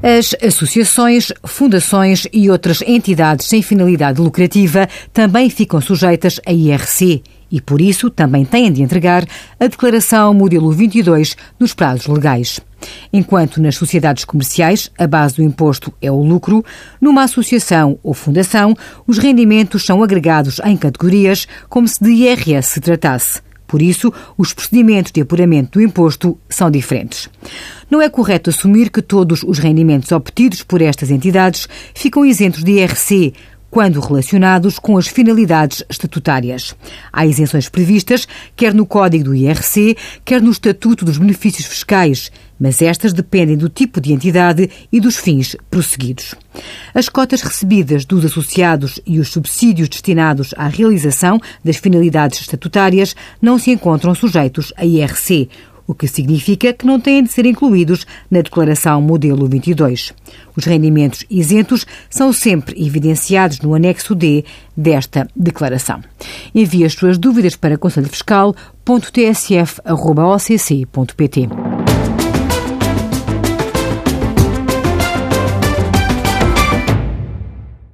As associações, fundações e outras entidades sem finalidade lucrativa também ficam sujeitas a IRC e, por isso, também têm de entregar a declaração modelo 22 nos prazos legais. Enquanto nas sociedades comerciais a base do imposto é o lucro, numa associação ou fundação os rendimentos são agregados em categorias como se de IRS se tratasse. Por isso, os procedimentos de apuramento do imposto são diferentes. Não é correto assumir que todos os rendimentos obtidos por estas entidades ficam isentos de IRC, quando relacionados com as finalidades estatutárias. Há isenções previstas, quer no Código do IRC, quer no Estatuto dos Benefícios Fiscais, mas estas dependem do tipo de entidade e dos fins prosseguidos. As cotas recebidas dos associados e os subsídios destinados à realização das finalidades estatutárias não se encontram sujeitos a IRC, o que significa que não têm de ser incluídos na declaração modelo 22. Os rendimentos isentos são sempre evidenciados no anexo D desta declaração. Envie as suas dúvidas para conselhofiscal.tsf@occ.pt.